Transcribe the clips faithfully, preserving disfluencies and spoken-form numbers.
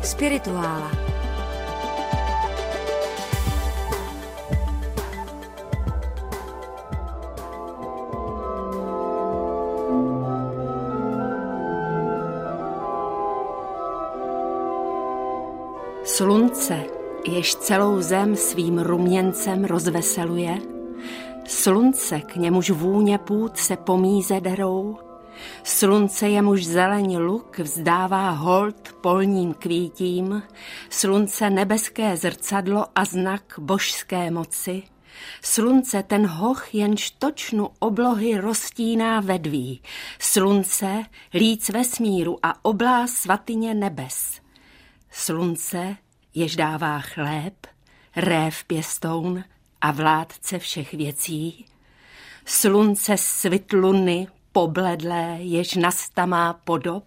Spirituála. Slunce, jež celou zem svým ruměncem rozveseluje, slunce, k němuž vůně půd se pomíze derou, slunce, jemuž zeleň luk vzdává hold polním kvítím, slunce nebeské zrcadlo a znak božské moci, slunce ten hoch, jenž točnu oblohy roztíná vedví, slunce líc vesmíru a oblás svatyně nebes, slunce, jež dává chléb, rév pěstoun a vládce všech věcí, slunce svit luny pobledlé, jež nasta má podob,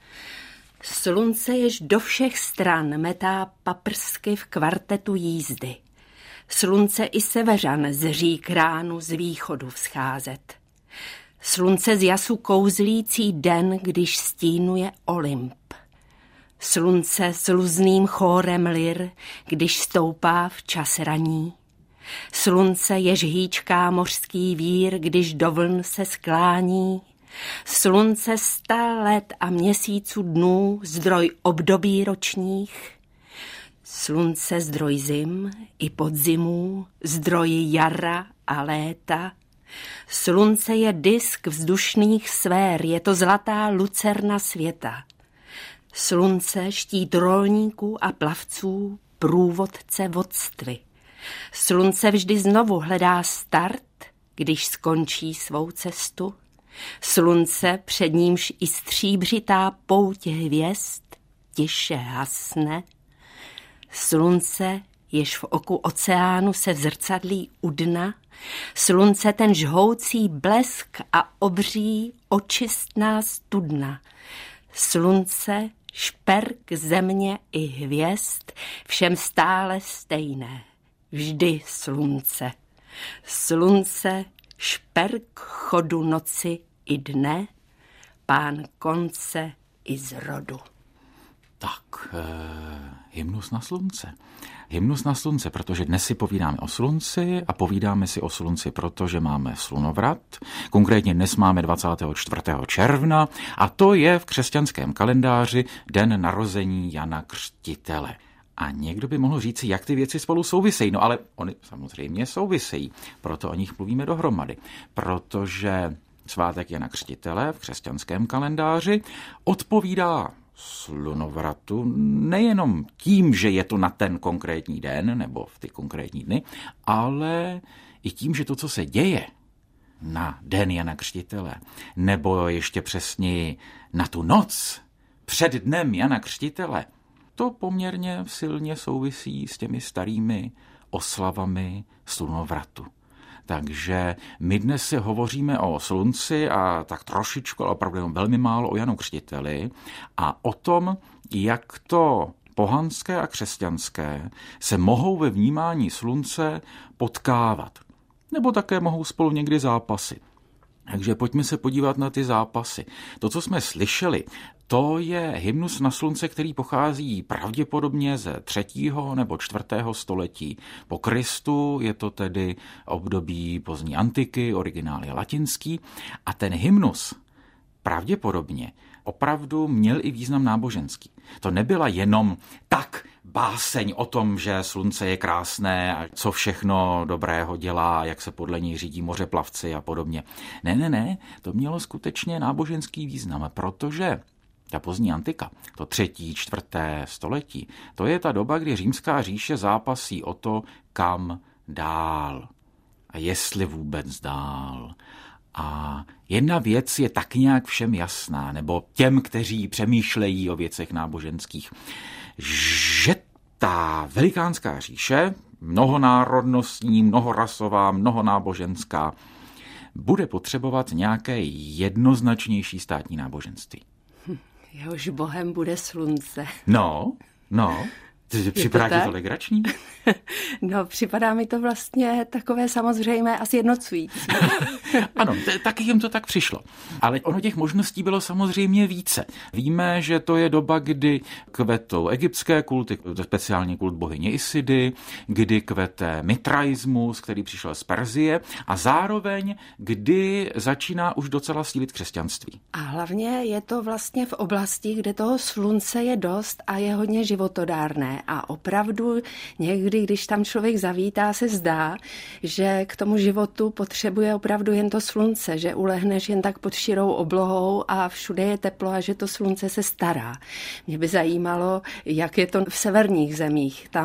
slunce, jež do všech stran metá paprsky v kvartetu jízdy, slunce i seveřan zří k ránu z východu vzcházet, slunce z jasu kouzlící den, když stínuje Olymp, slunce s luzným chórem lir, když stoupá v čas raní, slunce, jež hýčká mořský vír, když do vln se sklání, slunce sta let a měsíců dnů, zdroj období ročních, slunce zdroj zim i podzimů, zdroj jara a léta, slunce je disk vzdušných sfér, je to zlatá lucerna světa, slunce štít rolníků a plavců, průvodce vodstvy. Slunce vždy znovu hledá start, když skončí svou cestu. Slunce, před nímž i stříbřitá pouť hvězd tiše hasne. Slunce, jež v oku oceánu se zrcadlí u dna. Slunce ten žhoucí blesk a obří očistná studna. Slunce, šperk země i hvězd, všem stále stejné. Vždy slunce. Slunce, šperk chodu noci i dne, pán konce i zrodu. Tak, eh, hymnus na slunce. Hymnus na slunce, protože dnes si povídáme o slunci a povídáme si o slunci, protože máme slunovrat. Konkrétně dnes máme dvacátého čtvrtého června a to je v křesťanském kalendáři den narození Jana Křtitele. A někdo by mohl říci, jak ty věci spolu souvisejí. No ale oni samozřejmě souvisejí, proto o nich mluvíme dohromady. Protože svátek Jana Křtitele v křesťanském kalendáři odpovídá slunovratu nejenom tím, že je to na ten konkrétní den nebo v ty konkrétní dny, ale i tím, že to, co se děje na den Jana Křtitele, nebo ještě přesněji na tu noc před dnem Jana Křtitele, to poměrně silně souvisí s těmi starými oslavami slunovratu. Takže my dnes si hovoříme o slunci a tak trošičku, ale opravdu velmi málo o Janu Křtiteli a o tom, jak to pohanské a křesťanské se mohou ve vnímání slunce potkávat. Nebo také mohou spolu někdy zápasit. Takže pojďme se podívat na ty zápasy. To, co jsme slyšeli, to je hymnus na slunce, který pochází pravděpodobně ze třetího nebo čtvrtého století po Kristu. Je to tedy období pozdní antiky, originál je latinský. A ten hymnus pravděpodobně opravdu měl i význam náboženský. To nebyla jenom tak báseň o tom, že slunce je krásné a co všechno dobrého dělá, jak se podle něj řídí mořeplavci a podobně. Ne, ne, ne, to mělo skutečně náboženský význam, protože ta pozdní antika, to třetí, čtvrté století, to je ta doba, kdy římská říše zápasí o to, kam dál a jestli vůbec dál. A jedna věc je tak nějak všem jasná, nebo těm, kteří přemýšlejí o věcech náboženských, že ta velikánská říše, mnohonárodnostní, mnohorasová, mnohonáboženská, bude potřebovat nějaké jednoznačnější státní náboženství. Jehož bohem bude slunce. No, no. Připadá ti to legrační? No, připadá mi to vlastně takové samozřejmé a sjednocující. Ano, t- taky jim to tak přišlo. Ale ono těch možností bylo samozřejmě více. Víme, že to je doba, kdy kvetou egyptské kulty, speciálně kult bohyně Isidy, kdy kvete mitraismus, který přišel z Perzie, a zároveň, kdy začíná už docela sílit křesťanství. A hlavně je to vlastně v oblasti, kde toho slunce je dost a je hodně životodárné. A opravdu někdy, když tam člověk zavítá, se zdá, že k tomu životu potřebuje opravdu jen to slunce, že ulehneš jen tak pod širou oblohou a všude je teplo a že to slunce se stará. Mě by zajímalo, jak je to v severních zemích. Tam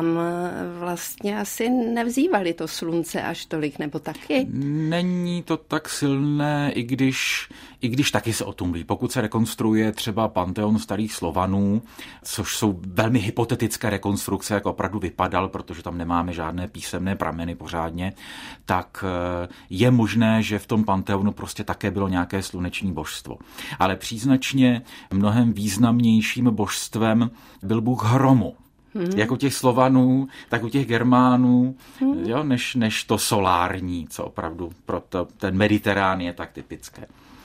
vlastně asi nevzývali to slunce až tolik, nebo taky? Není to tak silné, i když, i když taky se o tom ví. Pokud se rekonstruuje třeba panteon starých Slovanů, což jsou velmi hypotetické rekonstrukce, jak opravdu vypadal, protože tam nemáme žádné písemné prameny pořádně, tak je možné, že v tom panteonu prostě také bylo nějaké sluneční božstvo. Ale příznačně mnohem významnějším božstvem byl bůh hromu. Hmm. Jako těch Slovanů, tak u těch Germánů, hmm. jo, než, než to solární, co opravdu pro to, ten Mediterán je tak typické.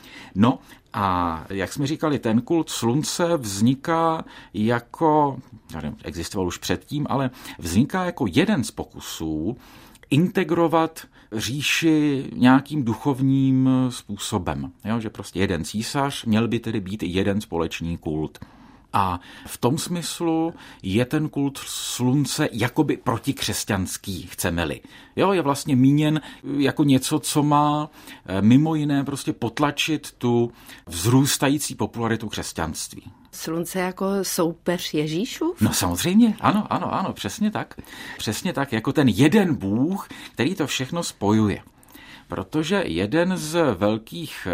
No a jak jsme říkali, ten kult slunce vzniká jako, nevím, existoval už předtím, ale vzniká jako jeden z pokusů integrovat říši nějakým duchovním způsobem. Jo, že prostě jeden císař, měl by tedy být jeden společný kult. A v tom smyslu je ten kult slunce jakoby protikřesťanský, chceme-li. Jo, je vlastně míněn jako něco, co má mimo jiné prostě potlačit tu vzrůstající popularitu křesťanství. Slunce jako soupeř Ježíšův? No samozřejmě, ano, ano, ano, přesně tak. Přesně tak, jako ten jeden Bůh, který to všechno spojuje. Protože jeden z velkých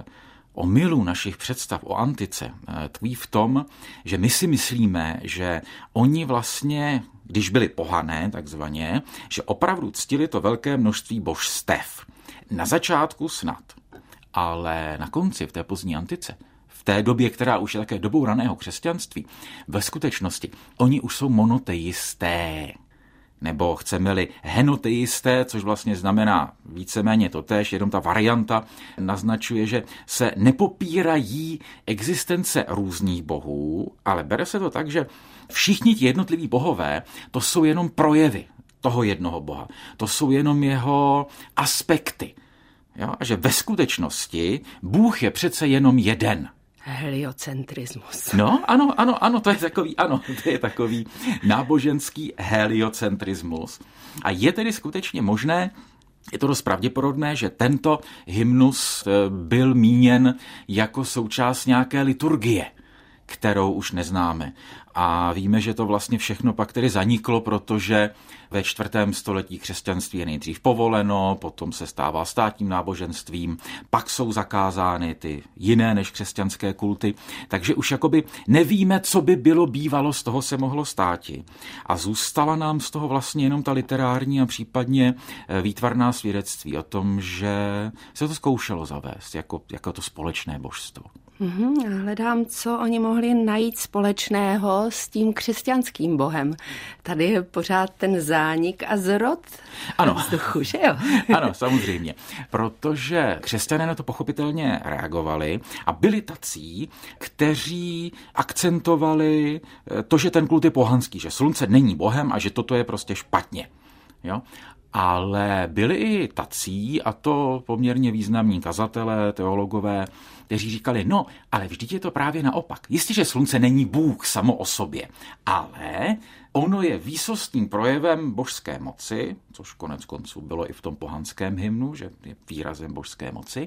omylů našich představ o antice tkví v tom, že my si myslíme, že oni vlastně, když byli pohané takzvaně, že opravdu ctili to velké množství božstev. Na začátku snad, ale na konci v té pozdní antice, v té době, která už je také dobou raného křesťanství, ve skutečnosti oni už jsou monoteisté. Nebo chceme-li henoteisté, což vlastně znamená víceméně totéž, jenom ta varianta naznačuje, že se nepopírají existence různých bohů, ale bere se to tak, že všichni ti jednotliví bohové, to jsou jenom projevy toho jednoho boha. To jsou jenom jeho aspekty. Jo? A že ve skutečnosti Bůh je přece jenom jeden. Heliocentrismus. No, ano, ano, ano, to je takový, ano, to je takový náboženský heliocentrismus. A je tedy skutečně možné, je to dost pravděpodobné, že tento hymnus byl míněn jako součást nějaké liturgie, kterou už neznáme. A víme, že to vlastně všechno pak tedy zaniklo, protože ve čtvrtém století křesťanství je nejdřív povoleno, potom se stává státním náboženstvím, pak jsou zakázány ty jiné než křesťanské kulty, takže už jakoby nevíme, co by bylo bývalo, z toho se mohlo státi. A zůstala nám z toho vlastně jenom ta literární a případně výtvarná svědectví o tom, že se to zkoušelo zavést jako, jako to společné božstvo. Mm-hmm, hledám, co oni mohli najít společného s tím křesťanským bohem. Tady je pořád ten zánik a zrod ano. vzduchu, že jo? Ano, samozřejmě. Protože křesťané na to pochopitelně reagovali a byli tací, kteří akcentovali to, že ten kult je pohanský, že slunce není bohem a že toto je prostě špatně. Jo? Ale byli i tací, a to poměrně významní kazatelé, teologové, kteří říkali, no, ale vždyť je to právě naopak. Jistě, že slunce není Bůh samo o sobě, ale ono je výsostným projevem božské moci, což konec konců bylo i v tom pohanském hymnu, že je výrazem božské moci,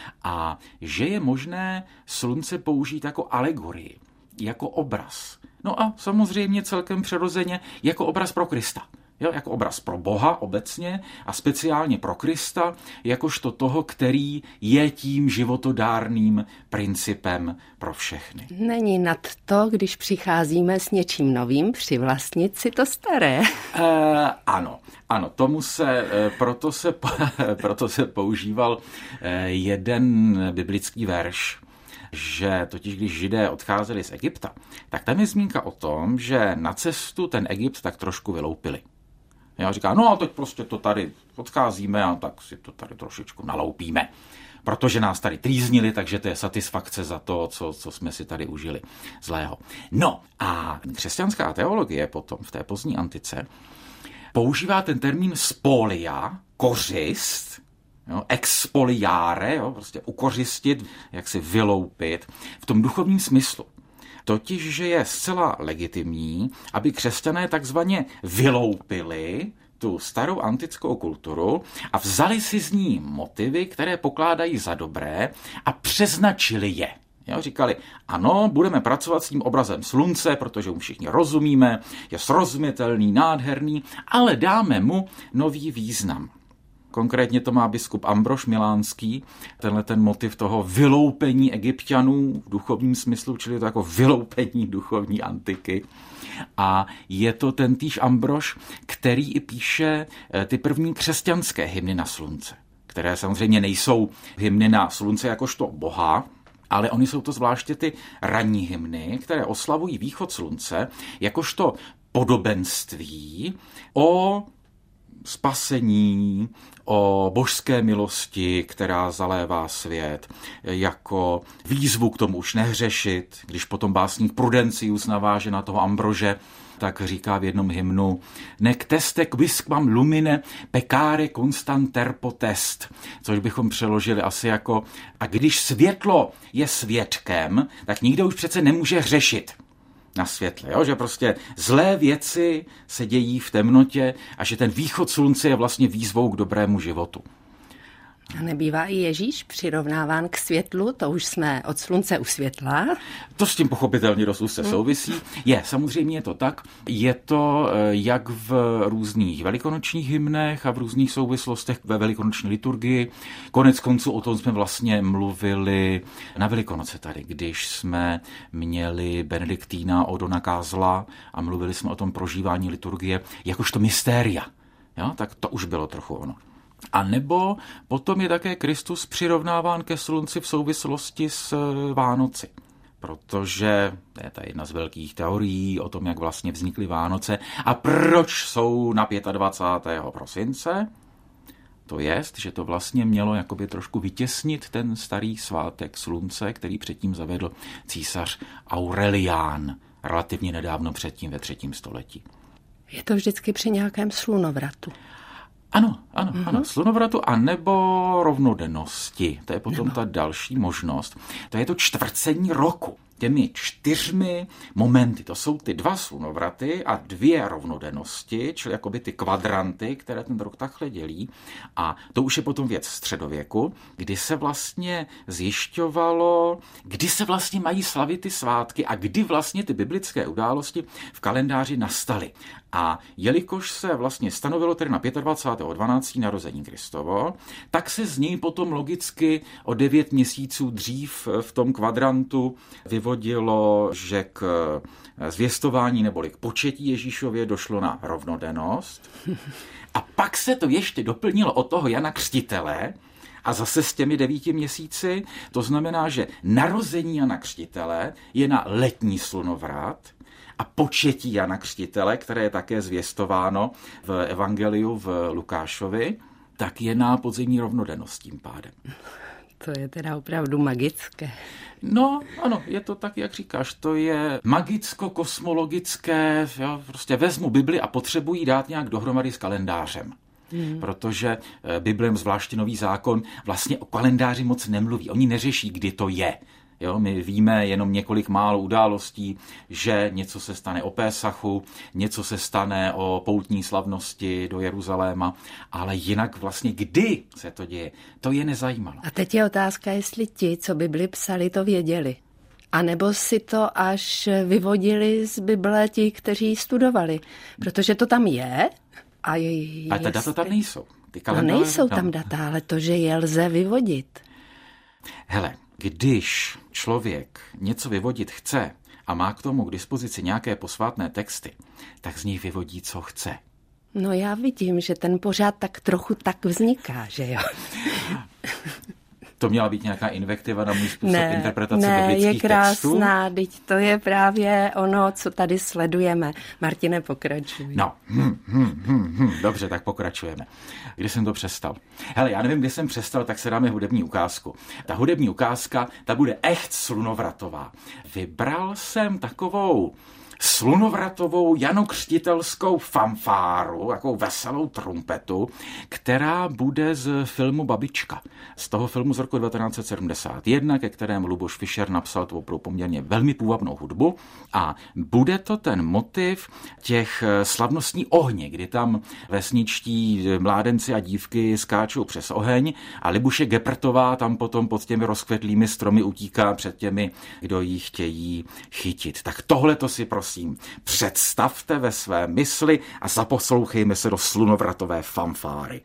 a že je možné slunce použít jako alegorii, jako obraz. No a samozřejmě celkem přirozeně jako obraz pro Krista. Jo, jako obraz pro Boha obecně a speciálně pro Krista, jakožto toho, který je tím životodárným principem pro všechny. Není nad to, když přicházíme s něčím novým, přivlastnit si to staré. E, ano, ano, tomu se, proto se, proto se používal jeden biblický verš, že totiž když Židé odcházeli z Egypta, tak tam je zmínka o tom, že na cestu ten Egypt tak trošku vyloupili. Já říká, no a teď prostě to tady odcházíme a tak si to tady trošičku naloupíme. Protože nás tady trýznili, takže to je satisfakce za to, co, co jsme si tady užili zlého. No a křesťanská teologie potom v té pozdní antice používá ten termín spolia, kořist, jo, expoliare, jo, prostě ukořistit, jak si vyloupit, v tom duchovním smyslu. Totiž, že je zcela legitimní, aby křesťané takzvaně vyloupili tu starou antickou kulturu a vzali si z ní motivy, které pokládají za dobré a přeznačili je. Jo, říkali, ano, budeme pracovat s tím obrazem slunce, protože mu všichni rozumíme, je srozumitelný, nádherný, ale dáme mu nový význam. Konkrétně to má biskup Ambrož Milánský, tenhle ten motiv toho vyloupení Egypťanů v duchovním smyslu, čili to jako vyloupení duchovní antiky. A je to tentýž Ambrož, který i píše ty první křesťanské hymny na slunce, které samozřejmě nejsou hymny na slunce jakožto boha, ale oni jsou to zvláště ty ranní hymny, které oslavují východ slunce jakožto podobenství o spasení, o božské milosti, která zalévá svět, jako výzvu k tomu už nehřešit. Když potom básník Prudencius naváže na toho Ambrože, tak říká v jednom hymnu nec teste quisquam lumine peccare constanter potest, což bychom přeložili asi jako a když světlo je svědkem, tak nikdo už přece nemůže hřešit na světle, jo? Že prostě zlé věci se dějí v temnotě a že ten východ slunce je vlastně výzvou k dobrému životu. A nebývá i Ježíš přirovnáván k světlu, to už jsme od slunce u světla. To s tím pochopitelně dost úzce souvisí. Je, samozřejmě je to tak. Je to jak v různých velikonočních hymnech a v různých souvislostech ve velikonoční liturgii. Konec konců o tom jsme vlastně mluvili na Velikonoce tady, když jsme měli Benediktína od Dona Kázla a mluvili jsme o tom prožívání liturgie jakožto mystéria. Jo? Tak to už bylo trochu ono. A nebo potom je také Kristus přirovnáván ke slunci v souvislosti s Vánoci. Protože to je ta jedna z velkých teorií o tom, jak vlastně vznikly Vánoce a proč jsou na dvacátého pátého prosince. To jest, že to vlastně mělo jakoby trošku vytěsnit ten starý svátek slunce, který předtím zavedl císař Aurelián, relativně nedávno předtím ve třetím století. Je to vždycky při nějakém slunovratu. Ano, ano, mm-hmm. ano, slunovratu a nebo rovnodennosti. To je potom nebo. ta další možnost. To je to čtvrcení roku. Těmi čtyřmi momenty. To jsou ty dva slunovraty a dvě rovnodennosti, čili jakoby ty kvadranty, které ten rok takhle dělí. A to už je potom věc středověku, kdy se vlastně zjišťovalo, kdy se vlastně mají slavit ty svátky a kdy vlastně ty biblické události v kalendáři nastaly. A jelikož se vlastně stanovilo tedy na dvacátého pátého dvanáctého narození Kristovo, tak se z něj potom logicky o devět měsíců dřív v tom kvadrantu vyvodilo, že k zvěstování neboli k početí Ježíšově došlo na rovnodennost. A pak se to ještě doplnilo od toho Jana Křtitele a zase s těmi devíti měsíci. To znamená, že narození Jana Křtitele je na letní slunovrat a početí Jana Křtitele, které je také zvěstováno v evangeliu v Lukášovi, tak je na podzimní rovnodennost tím pádem. To je teda opravdu magické. No, ano, je to tak, jak říkáš, to je magicko-kosmologické, jo, prostě vezmu Bibli a potřebuji ji dát nějak dohromady s kalendářem. Hmm. Protože Biblem, zvláště Nový zákon, vlastně o kalendáři moc nemluví. Oni neřeší, kdy to je. Jo, my víme jenom několik málo událostí, že něco se stane o Pésachu, něco se stane o poutní slavnosti do Jeruzaléma, ale jinak vlastně kdy se to děje, to je nezajímalo. A teď je otázka, jestli ti, co Bibli psali, to věděli. A nebo si to až vyvodili z Bible ti, kteří studovali. Protože to tam je. A je, ale ta data tam nejsou. Ty no nejsou tam data, ale to, že je lze vyvodit. Hele, když člověk něco vyvodit chce a má k tomu k dispozici nějaké posvátné texty, tak z nich vyvodí, co chce. No já vidím, že ten pořád tak trochu tak vzniká, že jo? To měla být nějaká invektiva na můj způsob ne, interpretace ne, biblických je krásná, textů? teď to je právě ono, co tady sledujeme. Martine, pokračuj. No, hm, hm, hm, hm, dobře, tak pokračujeme. Kdy jsem to přestal? Hele, já nevím, kdy jsem přestal, tak se dáme hudební ukázku. Ta hudební ukázka, ta bude echt slunovratová. Vybral jsem takovou slunovratovou janokřtitelskou fanfáru, takovou veselou trumpetu, která bude z filmu Babička. Z toho filmu z roku devatenáct set sedmdesát jedna, ke kterému Luboš Fischer napsal tu opravdu poměrně velmi půvabnou hudbu. A bude to ten motiv těch slavnostní ohně, kdy tam vesničtí mládenci a dívky skáčou přes oheň a Libuše Gepertová tam potom pod těmi rozkvetlými stromy utíká před těmi, kdo jí chtějí chytit. Tak tohle to si prosím představte ve své mysli a zaposlouchejme se do slunovratové fanfáry.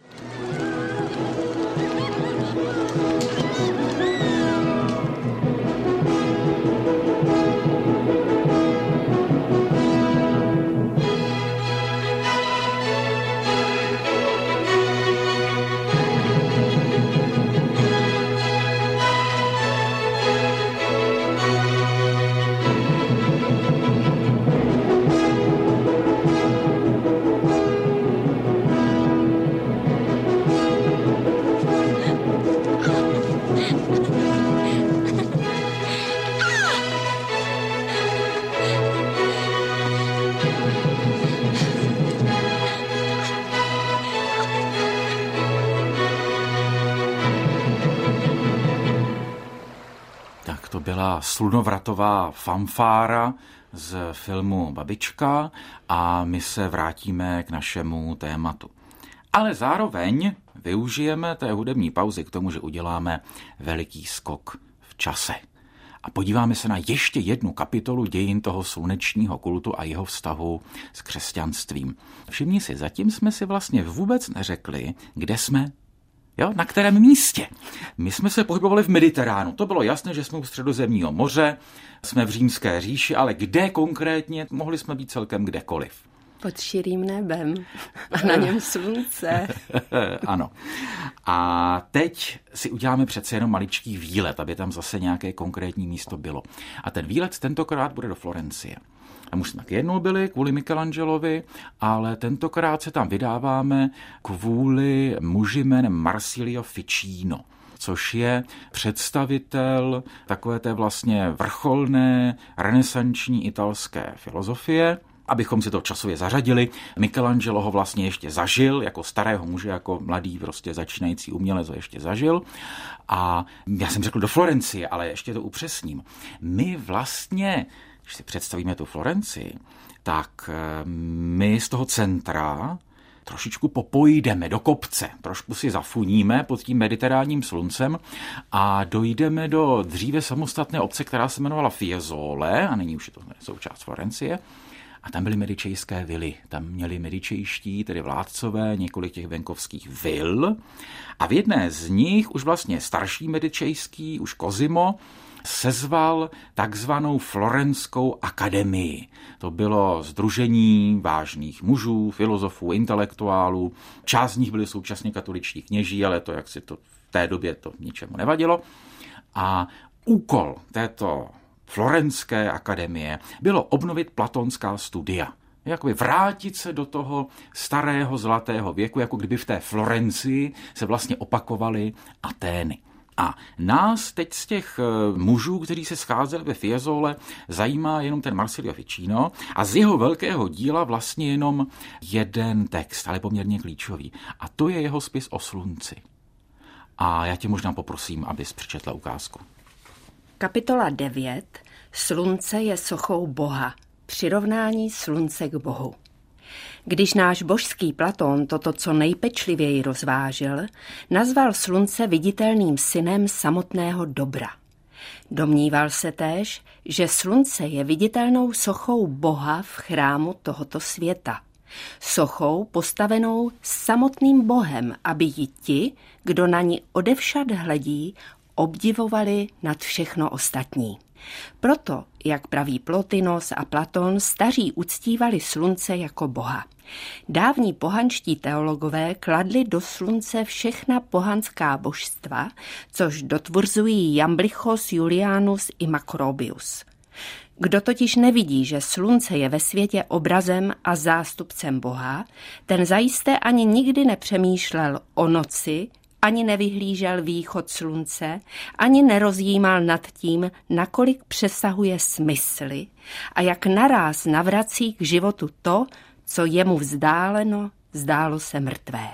To byla slunovratová fanfára z filmu Babička a my se vrátíme k našemu tématu. Ale zároveň využijeme té hudební pauzy k tomu, že uděláme veliký skok v čase. A podíváme se na ještě jednu kapitolu dějin toho slunečního kultu a jeho vztahu s křesťanstvím. Všimni si, zatím jsme si vlastně vůbec neřekli, kde jsme. Jo, na kterém místě? My jsme se pohybovali v Mediteránu. To bylo jasné, že jsme u Středozemního moře, jsme v Římské říši, ale kde konkrétně? Mohli jsme být celkem kdekoliv. Pod širým nebem a na něm slunce. Ano. A teď si uděláme přece jenom maličký výlet, aby tam zase nějaké konkrétní místo bylo. A ten výlet tentokrát bude do Florencie. Tam už jsme tak jednou byli kvůli Michelangelovi, ale tentokrát se tam vydáváme kvůli muži jménem Marsilio Ficino, což je představitel takové té vlastně vrcholné renesanční italské filozofie. Abychom si to časově zařadili, Michelangelo ho vlastně ještě zažil, jako starého muže, jako mladý prostě začínající umělec ho ještě zažil. A já jsem řekl do Florencie, ale ještě to upřesním. My vlastně, když si představíme tu Florencii, tak my z toho centra trošičku popojdeme do kopce, trošku si zafuníme pod tím mediteránním sluncem a dojdeme do dříve samostatné obce, která se jmenovala Fiesole, a nyní už je to součást Florencie. A tam byly medičejské vily. Tam měli medičejští, tedy vládcové, několik těch venkovských vil. A v jedné z nich už vlastně starší medičejský, už Cosimo, sezval takzvanou Florenskou akademii. To bylo sdružení vážných mužů, filozofů, intelektuálů. Část z nich byli současně katoličtí kněží, ale to, jak si to v té době to ničemu nevadilo. A úkol této Florenské akademie bylo obnovit platonská studia. Jakoby vrátit se do toho starého zlatého věku, jako kdyby v té Florencii se vlastně opakovaly Atény. A nás teď z těch mužů, kteří se scházeli ve Fiesole, zajímá jenom ten Marsilio Ficino a z jeho velkého díla vlastně jenom jeden text, ale poměrně klíčový. A to je jeho spis o slunci. A já tě možná poprosím, abys přečetla ukázku. Kapitola devět. Slunce je sochou Boha. Přirovnání slunce k Bohu. Když náš božský Platón toto co nejpečlivěji rozvážil, nazval slunce viditelným synem samotného dobra. Domníval se též, že slunce je viditelnou sochou Boha v chrámu tohoto světa. Sochou postavenou samotným Bohem, aby ji ti, kdo na ní odevšad hledí, obdivovali nad všechno ostatní. Proto, jak praví Plotinos a Platon, staří uctívali slunce jako boha. Dávní pohanští teologové kladli do slunce všechna pohanská božstva, což dotvrzují Jamblichos, Julianus i Macrobius. Kdo totiž nevidí, že slunce je ve světě obrazem a zástupcem Boha, ten zajisté ani nikdy nepřemýšlel o noci, ani nevyhlížel východ slunce, ani nerozjímal nad tím, nakolik přesahuje smysly a jak naráz navrací k životu to, co jemu vzdáleno, zdálo se mrtvé.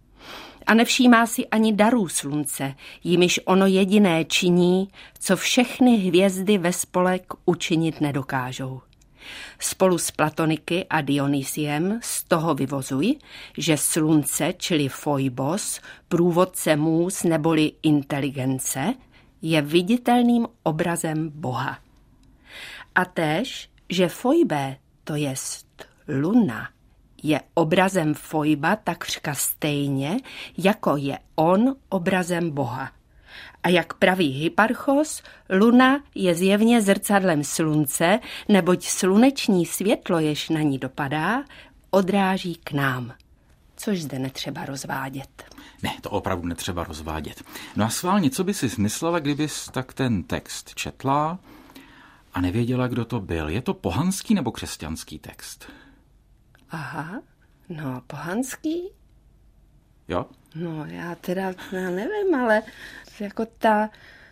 A nevšímá si ani darů slunce, jimiž ono jediné činí, co všechny hvězdy ve spolek učinit nedokážou. Spolu s Platoniky a Dionysiem z toho vyvozuj, že slunce, čili Foibos, průvodce můz neboli inteligence, je viditelným obrazem Boha. A též, že Foibe, to jest luna, je obrazem Foiba takřka stejně, jako je on obrazem Boha. A jak praví Hipparchos, luna je zjevně zrcadlem slunce, neboť sluneční světlo, jež na ní dopadá, odráží k nám. Což zde netřeba rozvádět. Ne, to opravdu netřeba rozvádět. No a schválně, co by si smyslela, kdybys tak ten text četla a nevěděla, kdo to byl? Je to pohanský nebo křesťanský text? Aha, no pohanský? Jo? No já teda, já nevím, ale jako ta,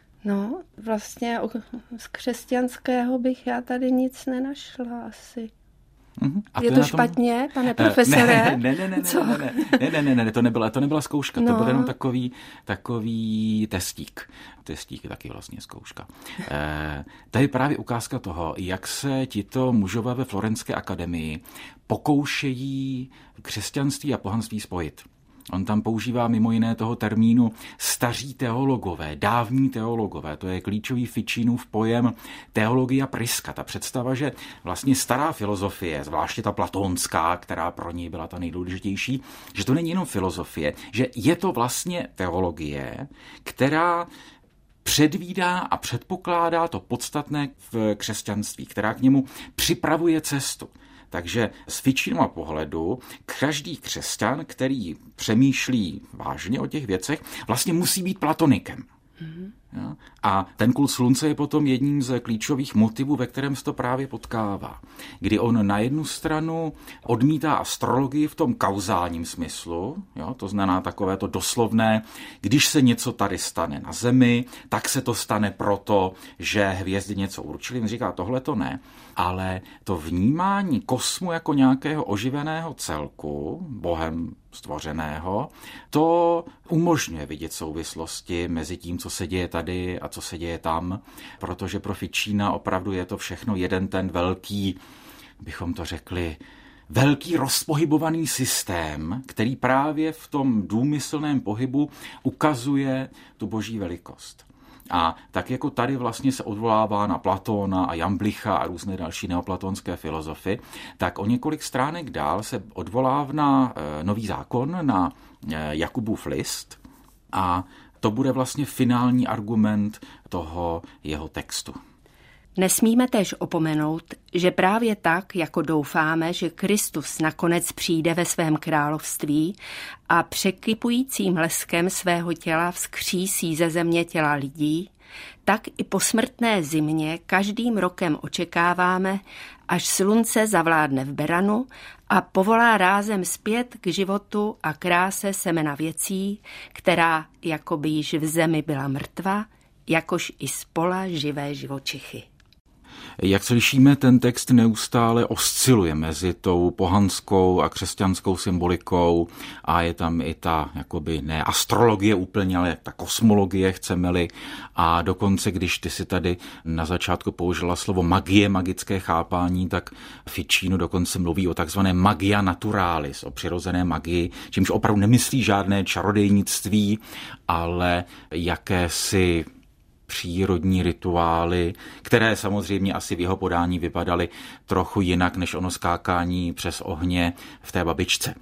no vlastně z křesťanského bych já tady nic nenašla asi. Mm-hmm. A je to, to špatně, tom... pane profesore? Ne, ne, ne, ne, Co? ne, ne, ne, ne, ne, ne, ne, to nebyla, to nebyla zkouška, no. To byl jenom takový, takový testík. Testík je taky vlastně zkouška. E, to je právě ukázka toho, jak se tito mužové ve Florenské akademii pokoušejí křesťanství a pohanství spojit. On tam používá mimo jiné toho termínu staří teologové, dávní teologové. To je klíčový Ficínův pojem teologia priska. Ta představa, že vlastně stará filozofie, zvláště ta platonská, která pro něj byla ta nejdůležitější, že to není jenom filozofie, že je to vlastně teologie, která předvídá a předpokládá to podstatné v křesťanství, která k němu připravuje cestu. Takže z Ficínova pohledu každý křesťan, který přemýšlí vážně o těch věcech, vlastně musí být platonikem. Mm-hmm. Ja? A ten kult slunce je potom jedním z klíčových motivů, ve kterém se to právě potkává. Kdy on na jednu stranu odmítá astrologii v tom kauzálním smyslu, jo? To znamená takové to doslovné, když se něco tady stane na Zemi, tak se to stane proto, že hvězdy něco určily. On říká, tohle to ne, ale to vnímání kosmu jako nějakého oživeného celku, Bohem stvořeného, to umožňuje vidět souvislosti mezi tím, co se děje tady a co se děje tam, protože pro Ficína opravdu je to všechno jeden ten velký, bychom to řekli, velký rozpohybovaný systém, který právě v tom důmyslném pohybu ukazuje tu boží velikost. A tak jako tady vlastně se odvolává na Platóna a Jamblicha a různé další neoplatonské filozofy, tak o několik stránek dál se odvolává na e, Nový zákon, na e, Jakubův list a to bude vlastně finální argument toho jeho textu. Nesmíme též opomenout, že právě tak, jako doufáme, že Kristus nakonec přijde ve svém království a překypujícím leskem svého těla vzkřísí ze země těla lidí, tak i po smrtné zimě každým rokem očekáváme, až slunce zavládne v Beranu a povolá rázem zpět k životu a kráse semena věcí, která jakoby již v zemi byla mrtva, jakož i spola živé živočichy. Jak slyšíme, ten text neustále osciluje mezi tou pohanskou a křesťanskou symbolikou a je tam i ta, jakoby ne astrologie úplně, ale ta kosmologie, chceme-li. A dokonce, když ty si tady na začátku použila slovo magie, magické chápání, tak Ficino dokonce mluví o takzvané magia naturalis, o přirozené magii, čímž opravdu nemyslí žádné čarodejnictví, ale jakési přírodní rituály, které samozřejmě asi v jeho podání vypadaly trochu jinak než ono skákání přes ohně v té babičce.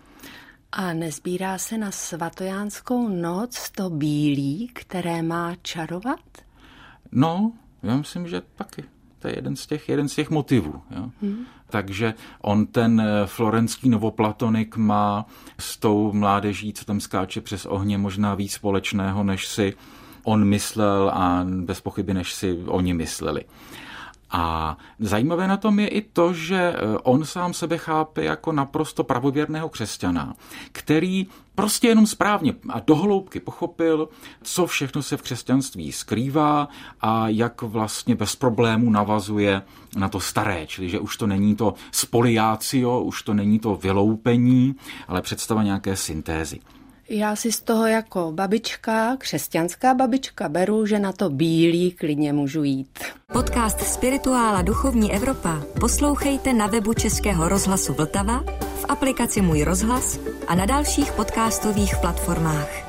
A nezbírá se na svatojánskou noc to bílí, které má čarovat? No, já myslím, že taky. To je jeden z těch, jeden z těch motivů. Jo. Hmm. Takže on ten florenský novoplatonik má s tou mládeží, co tam skáče přes ohně, možná víc společného, než si on myslel a bez pochyby, než si oni mysleli. A zajímavé na tom je i to, že on sám sebe chápe jako naprosto pravověrného křesťana, který prostě jenom správně a dohloubky pochopil, co všechno se v křesťanství skrývá a jak vlastně bez problémů navazuje na to staré, čili že už to není to spoliácio, už to není to vyloupení, ale představa nějaké syntézy. Já si z toho jako babička, křesťanská babička, beru, že na to bílý klidně můžu jít. Podcast Spirituála Duchovní Evropa poslouchejte na webu Českého rozhlasu Vltava, v aplikaci Můj rozhlas a na dalších podcastových platformách.